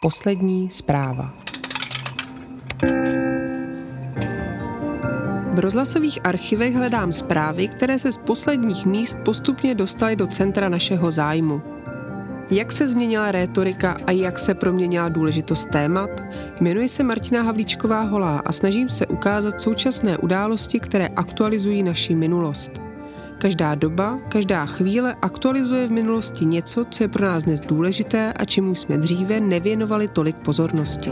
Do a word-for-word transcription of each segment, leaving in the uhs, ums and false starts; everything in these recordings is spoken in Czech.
Poslední zpráva. V rozhlasových archivech hledám zprávy, které se z posledních míst postupně dostaly do centra našeho zájmu. Jak se změnila rétorika a jak se proměnila důležitost témat? Jmenuji se Martina Havlíčková Holá a snažím se ukázat současné události, které aktualizují naši minulost. Každá doba, každá chvíle aktualizuje v minulosti něco, co je pro nás dnes důležité a čemu jsme dříve nevěnovali tolik pozornosti.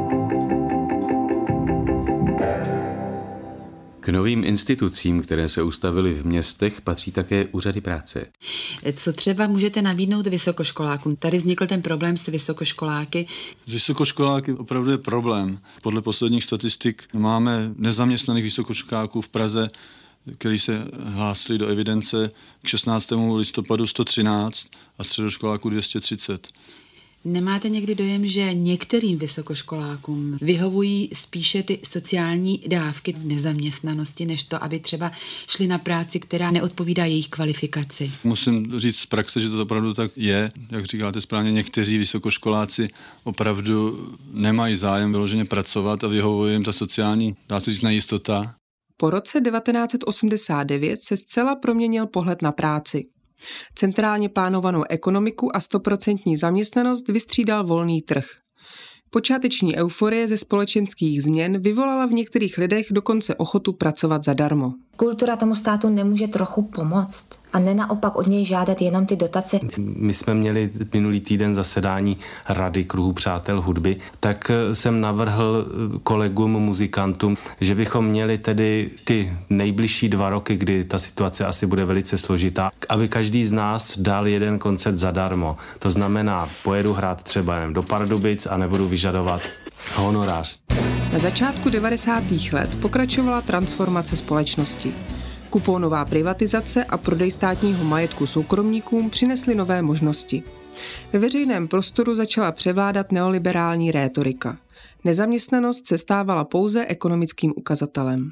K novým institucím, které se ustavily v městech, patří také úřady práce. Co třeba můžete nabídnout vysokoškolákům? Tady vznikl ten problém s vysokoškoláky. S vysokoškoláky opravdu je problém. Podle posledních statistik máme nezaměstnaných vysokoškoláků v Praze, kteří se hlásili do evidence k šestnáctému listopadu sto třináct a středoškoláků dvě stě třicet. Nemáte někdy dojem, že některým vysokoškolákům vyhovují spíše ty sociální dávky nezaměstnanosti, než to, aby třeba šli na práci, která neodpovídá jejich kvalifikaci? Musím říct z praxe, že to opravdu tak je. Jak říkáte správně, někteří vysokoškoláci opravdu nemají zájem vyloženě pracovat a vyhovuje jim ta sociální, dá se říct, nejistota. Po roce devatenáct set osmdesát devět se zcela proměnil pohled na práci. Centrálně plánovanou ekonomiku a stoprocentní zaměstnanost vystřídal volný trh. Počáteční euforie ze společenských změn vyvolala v některých lidech dokonce ochotu pracovat zadarmo. Kultura tomu státu nemůže trochu pomoct a ne naopak od něj žádat jenom ty dotace. My jsme měli minulý týden zasedání Rady kruhu přátel hudby, tak jsem navrhl kolegům muzikantům, že bychom měli tedy ty nejbližší dva roky, kdy ta situace asi bude velice složitá, aby každý z nás dal jeden koncert zadarmo. To znamená, pojedu hrát třeba jen do Pardubic a nebudu vyžadovat honorář. Na začátku devadesátých let pokračovala transformace společnosti. Kuponová privatizace a prodej státního majetku soukromníkům přinesly nové možnosti. Ve veřejném prostoru začala převládat neoliberální rétorika. Nezaměstnanost se stávala pouze ekonomickým ukazatelem.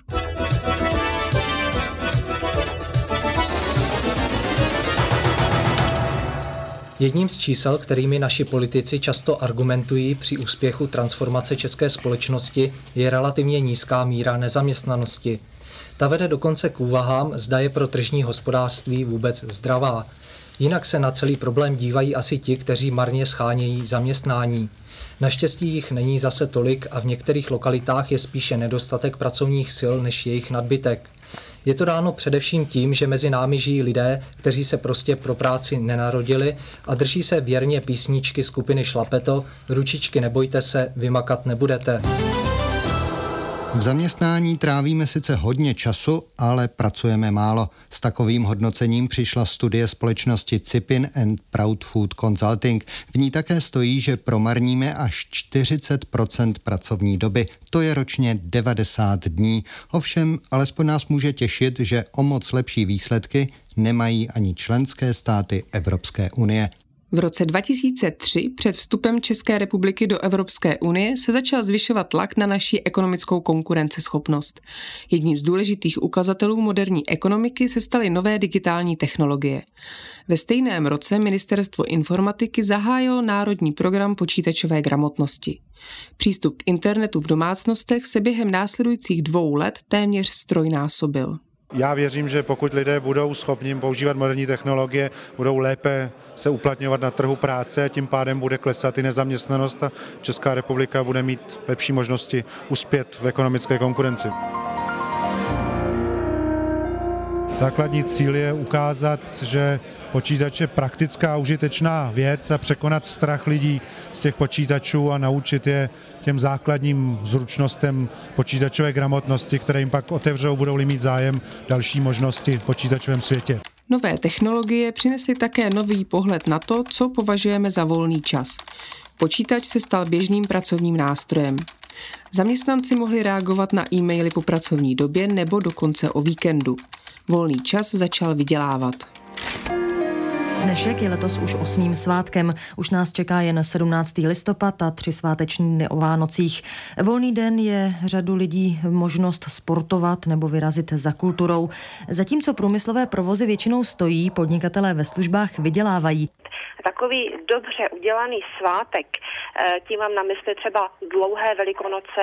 Jedním z čísel, kterými naši politici často argumentují při úspěchu transformace české společnosti, je relativně nízká míra nezaměstnanosti. Ta vede dokonce k úvahám, zda je pro tržní hospodářství vůbec zdravá. Jinak se na celý problém dívají asi ti, kteří marně schánějí zaměstnání. Naštěstí jich není zase tolik a v některých lokalitách je spíše nedostatek pracovních sil než jejich nadbytek. Je to dáno především tím, že mezi námi žijí lidé, kteří se prostě pro práci nenarodili a drží se věrně písničky skupiny Šlapeto, ručičky nebojte se, vymakat nebudete. V zaměstnání trávíme sice hodně času, ale pracujeme málo. S takovým hodnocením přišla studie společnosti Cipin and Proud Food Consulting. V ní také stojí, že promarníme až čtyřicet procent pracovní doby. To je ročně devadesát dní. Ovšem, alespoň nás může těšit, že o moc lepší výsledky nemají ani členské státy Evropské unie. V roce dva tisíce tři před vstupem České republiky do Evropské unie se začal zvyšovat tlak na naši ekonomickou konkurenceschopnost. Jedním z důležitých ukazatelů moderní ekonomiky se staly nové digitální technologie. Ve stejném roce Ministerstvo informatiky zahájilo národní program počítačové gramotnosti. Přístup k internetu v domácnostech se během následujících dvou let téměř ztrojnásobil. Já věřím, že pokud lidé budou schopni používat moderní technologie, budou lépe se uplatňovat na trhu práce a tím pádem bude klesat i nezaměstnanost a Česká republika bude mít lepší možnosti uspět v ekonomické konkurenci. Základní cíl je ukázat, že počítač je praktická, užitečná věc a překonat strach lidí z těch počítačů a naučit je těm základním zručnostem počítačové gramotnosti, které jim pak otevřou, budou-li mít zájem další možnosti v počítačovém světě. Nové technologie přinesly také nový pohled na to, co považujeme za volný čas. Počítač se stal běžným pracovním nástrojem. Zaměstnanci mohli reagovat na e-maily po pracovní době nebo dokonce o víkendu. Volný čas začal vydělávat. Dnešek je letos už osmým svátkem. Už nás čeká jen sedmnáctý listopad a tři sváteční dny o Vánocích. Volný den je řadu lidí možnost sportovat nebo vyrazit za kulturou. Zatímco průmyslové provozy většinou stojí, podnikatelé ve službách vydělávají. takový dobře udělaný svátek, tím mám na mysli třeba dlouhé Velikonoce,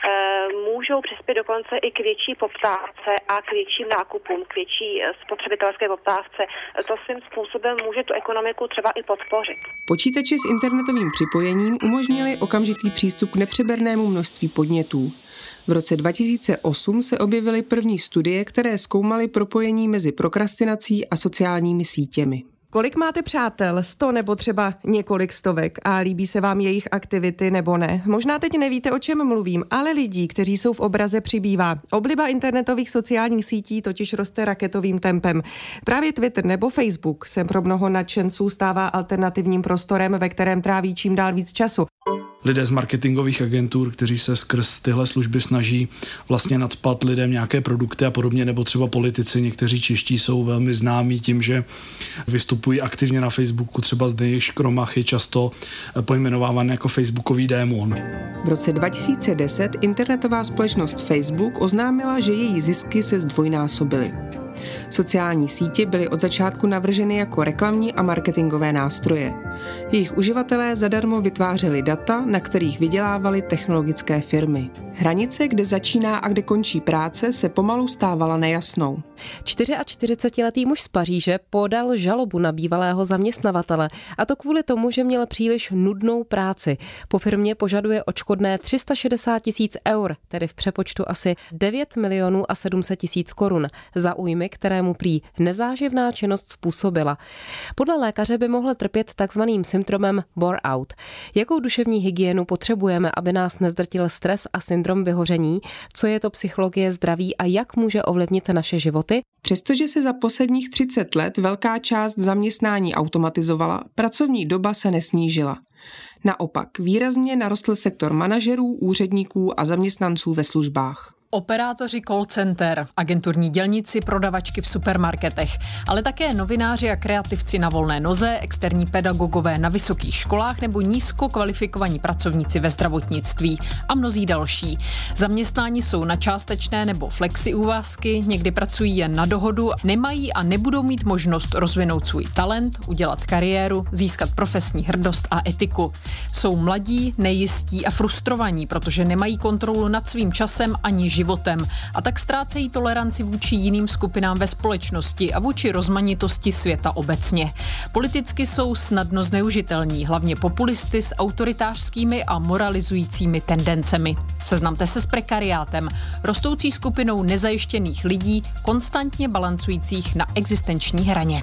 můžou přispět dokonce i k větší poptávce a k větším nákupům, k větší spotřebitelské poptávce. To svým způsobem může tu ekonomiku třeba i podpořit. Počítače s internetovým připojením umožnili okamžitý přístup k nepřebernému množství podnětů. V roce dva tisíce osm se objevily první studie, které zkoumaly propojení mezi prokrastinací a sociálními sítěmi. Kolik máte přátel? Sto nebo třeba několik stovek a líbí se vám jejich aktivity nebo ne? Možná teď nevíte, o čem mluvím, ale lidí, kteří jsou v obraze, přibývá. Obliba internetových sociálních sítí totiž roste raketovým tempem. Právě Twitter nebo Facebook se pro mnoho nadšenců stává alternativním prostorem, ve kterém tráví čím dál víc času. Lidé z marketingových agentur, kteří se skrz tyhle služby snaží vlastně nacpat lidem nějaké produkty a podobně, nebo třeba politici, někteří čeští jsou velmi známí tím, že vystupují aktivně na Facebooku, třeba Zdeněk Škromach je často pojmenovávan jako facebookový démon. V roce dva tisíce deset internetová společnost Facebook oznámila, že její zisky se zdvojnásobily. Sociální sítě byly od začátku navrženy jako reklamní a marketingové nástroje. Jejich uživatelé zadarmo vytvářeli data, na kterých vydělávaly technologické firmy. Hranice, kde začíná a kde končí práce, se pomalu stávala nejasnou. čtyřiadčtyřletý muž z Paříže podal žalobu na bývalého zaměstnavatele, a to kvůli tomu, že měl příliš nudnou práci. Po firmě požaduje odškodné tři sta šedesát tisíc eur, tedy v přepočtu asi devět milionů a sedm set tisíc korun, za újmy, kterému prý nezáživná činnost způsobila. Podle lékaře by mohl trpět takzvaným syndromem bore-out. Jakou duševní hygienu potřebujeme, aby nás nezdrtil stres a syndrom vyhoření? Co je to psychologie zdraví a jak může ovlivnit naše životy? Přestože se za posledních třicet let velká část zaměstnání automatizovala, pracovní doba se nesnížila. Naopak, výrazně narostl sektor manažerů, úředníků a zaměstnanců ve službách. Operátoři call center, agenturní dělníci, prodavačky v supermarketech, ale také novináři a kreativci na volné noze, externí pedagogové na vysokých školách nebo nízko kvalifikovaní pracovníci ve zdravotnictví a mnozí další. Zaměstnáni jsou na částečné nebo flexi úvazky, někdy pracují jen na dohodu, nemají a nebudou mít možnost rozvinout svůj talent, udělat kariéru, získat profesní hrdost a etiku. Jsou mladí, nejistí a frustrovaní, protože nemají kontrolu nad svým časem ani životem a tak ztrácejí toleranci vůči jiným skupinám ve společnosti a vůči rozmanitosti světa obecně. Politicky jsou snadno zneužitelní, hlavně populisty s autoritářskými a moralizujícími tendencemi. Seznamte se s prekariátem, rostoucí skupinou nezajištěných lidí, konstantně balancujících na existenční hraně.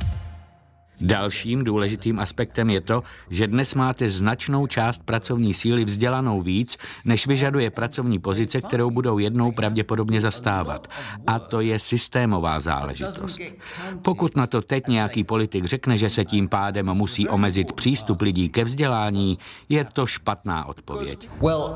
Dalším důležitým aspektem je to, že dnes máte značnou část pracovní síly vzdělanou víc, než vyžaduje pracovní pozice, kterou budou jednou pravděpodobně zastávat. A to je systémová záležitost. Pokud na to teď nějaký politik řekne, že se tím pádem musí omezit přístup lidí ke vzdělání, je to špatná odpověď.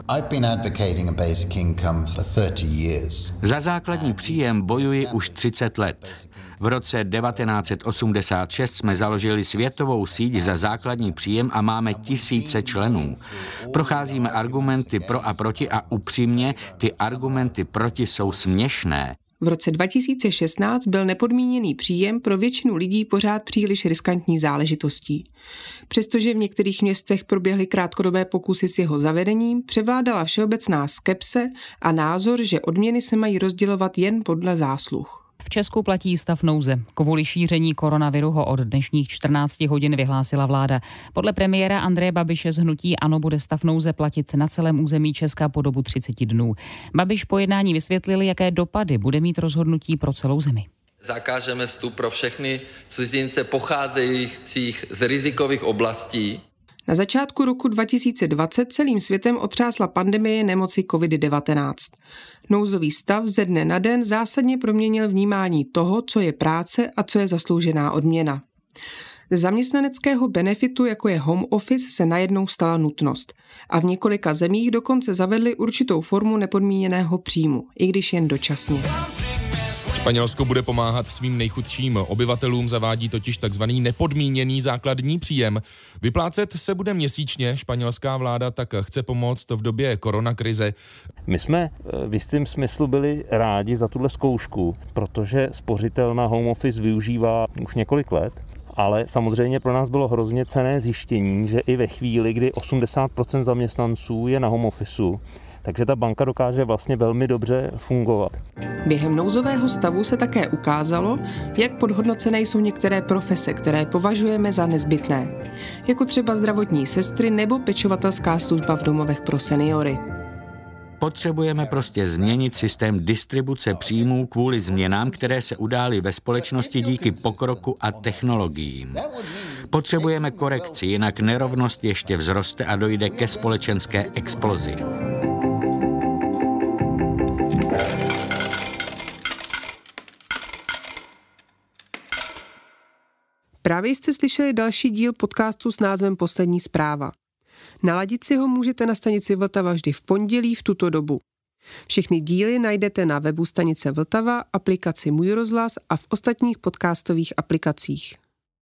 Za základní příjem bojuji už třicet let. V roce devatenáct set osmdesát šest jsme založili světovou síť za základní příjem a máme tisíce členů. Procházíme argumenty pro a proti a upřímně ty argumenty proti jsou směšné. V roce dva tisíce šestnáct byl nepodmíněný příjem pro většinu lidí pořád příliš riskantní záležitostí. Přestože v některých městech proběhly krátkodobé pokusy s jeho zavedením, převládala všeobecná skepse a názor, že odměny se mají rozdělovat jen podle zásluh. V Česku platí stav nouze. Kvůli šíření koronaviru ho od dnešních čtrnácti hodin vyhlásila vláda. Podle premiéra Andreje Babiše z hnutí ANO bude stav nouze platit na celém území Česka po dobu třicet dnů. Babiš po jednání vysvětlil, jaké dopady bude mít rozhodnutí pro celou zemi. Zakážeme vstup pro všechny cizince pocházejících z rizikových oblastí. Na začátku roku dva tisíce dvacet celým světem otřásla pandemie nemoci covid devatenáct. Nouzový stav ze dne na den zásadně proměnil vnímání toho, co je práce a co je zasloužená odměna. Ze zaměstnaneckého benefitu, jako je home office, se najednou stala nutnost. A v několika zemích dokonce zavedli určitou formu nepodmíněného příjmu, i když jen dočasně. Španělsko bude pomáhat svým nejchudším obyvatelům, zavádí totiž takzvaný nepodmíněný základní příjem. Vyplácet se bude měsíčně, španělská vláda tak chce pomoct v době koronakrize. My jsme v jistém smyslu byli rádi za tuhle zkoušku, protože spořitelna home office využívá už několik let Ale samozřejmě pro nás bylo hrozně cenné zjištění, že i ve chvíli, kdy osmdesát procent zaměstnanců je na home officeu, takže ta banka dokáže vlastně velmi dobře fungovat. Během nouzového stavu se také ukázalo, jak podhodnocené jsou některé profese, které považujeme za nezbytné, jako třeba zdravotní sestry nebo pečovatelská služba v domovech pro seniory. Potřebujeme prostě změnit systém distribuce příjmů kvůli změnám, které se udály ve společnosti díky pokroku a technologiím. Potřebujeme korekci, jinak nerovnost ještě vzroste a dojde ke společenské explozi. Právě jste slyšeli další díl podcastu s názvem Poslední zpráva. Naladit si ho můžete na stanici Vltava vždy v pondělí v tuto dobu. Všechny díly najdete na webu stanice Vltava, aplikaci Můj rozhlas a v ostatních podcastových aplikacích.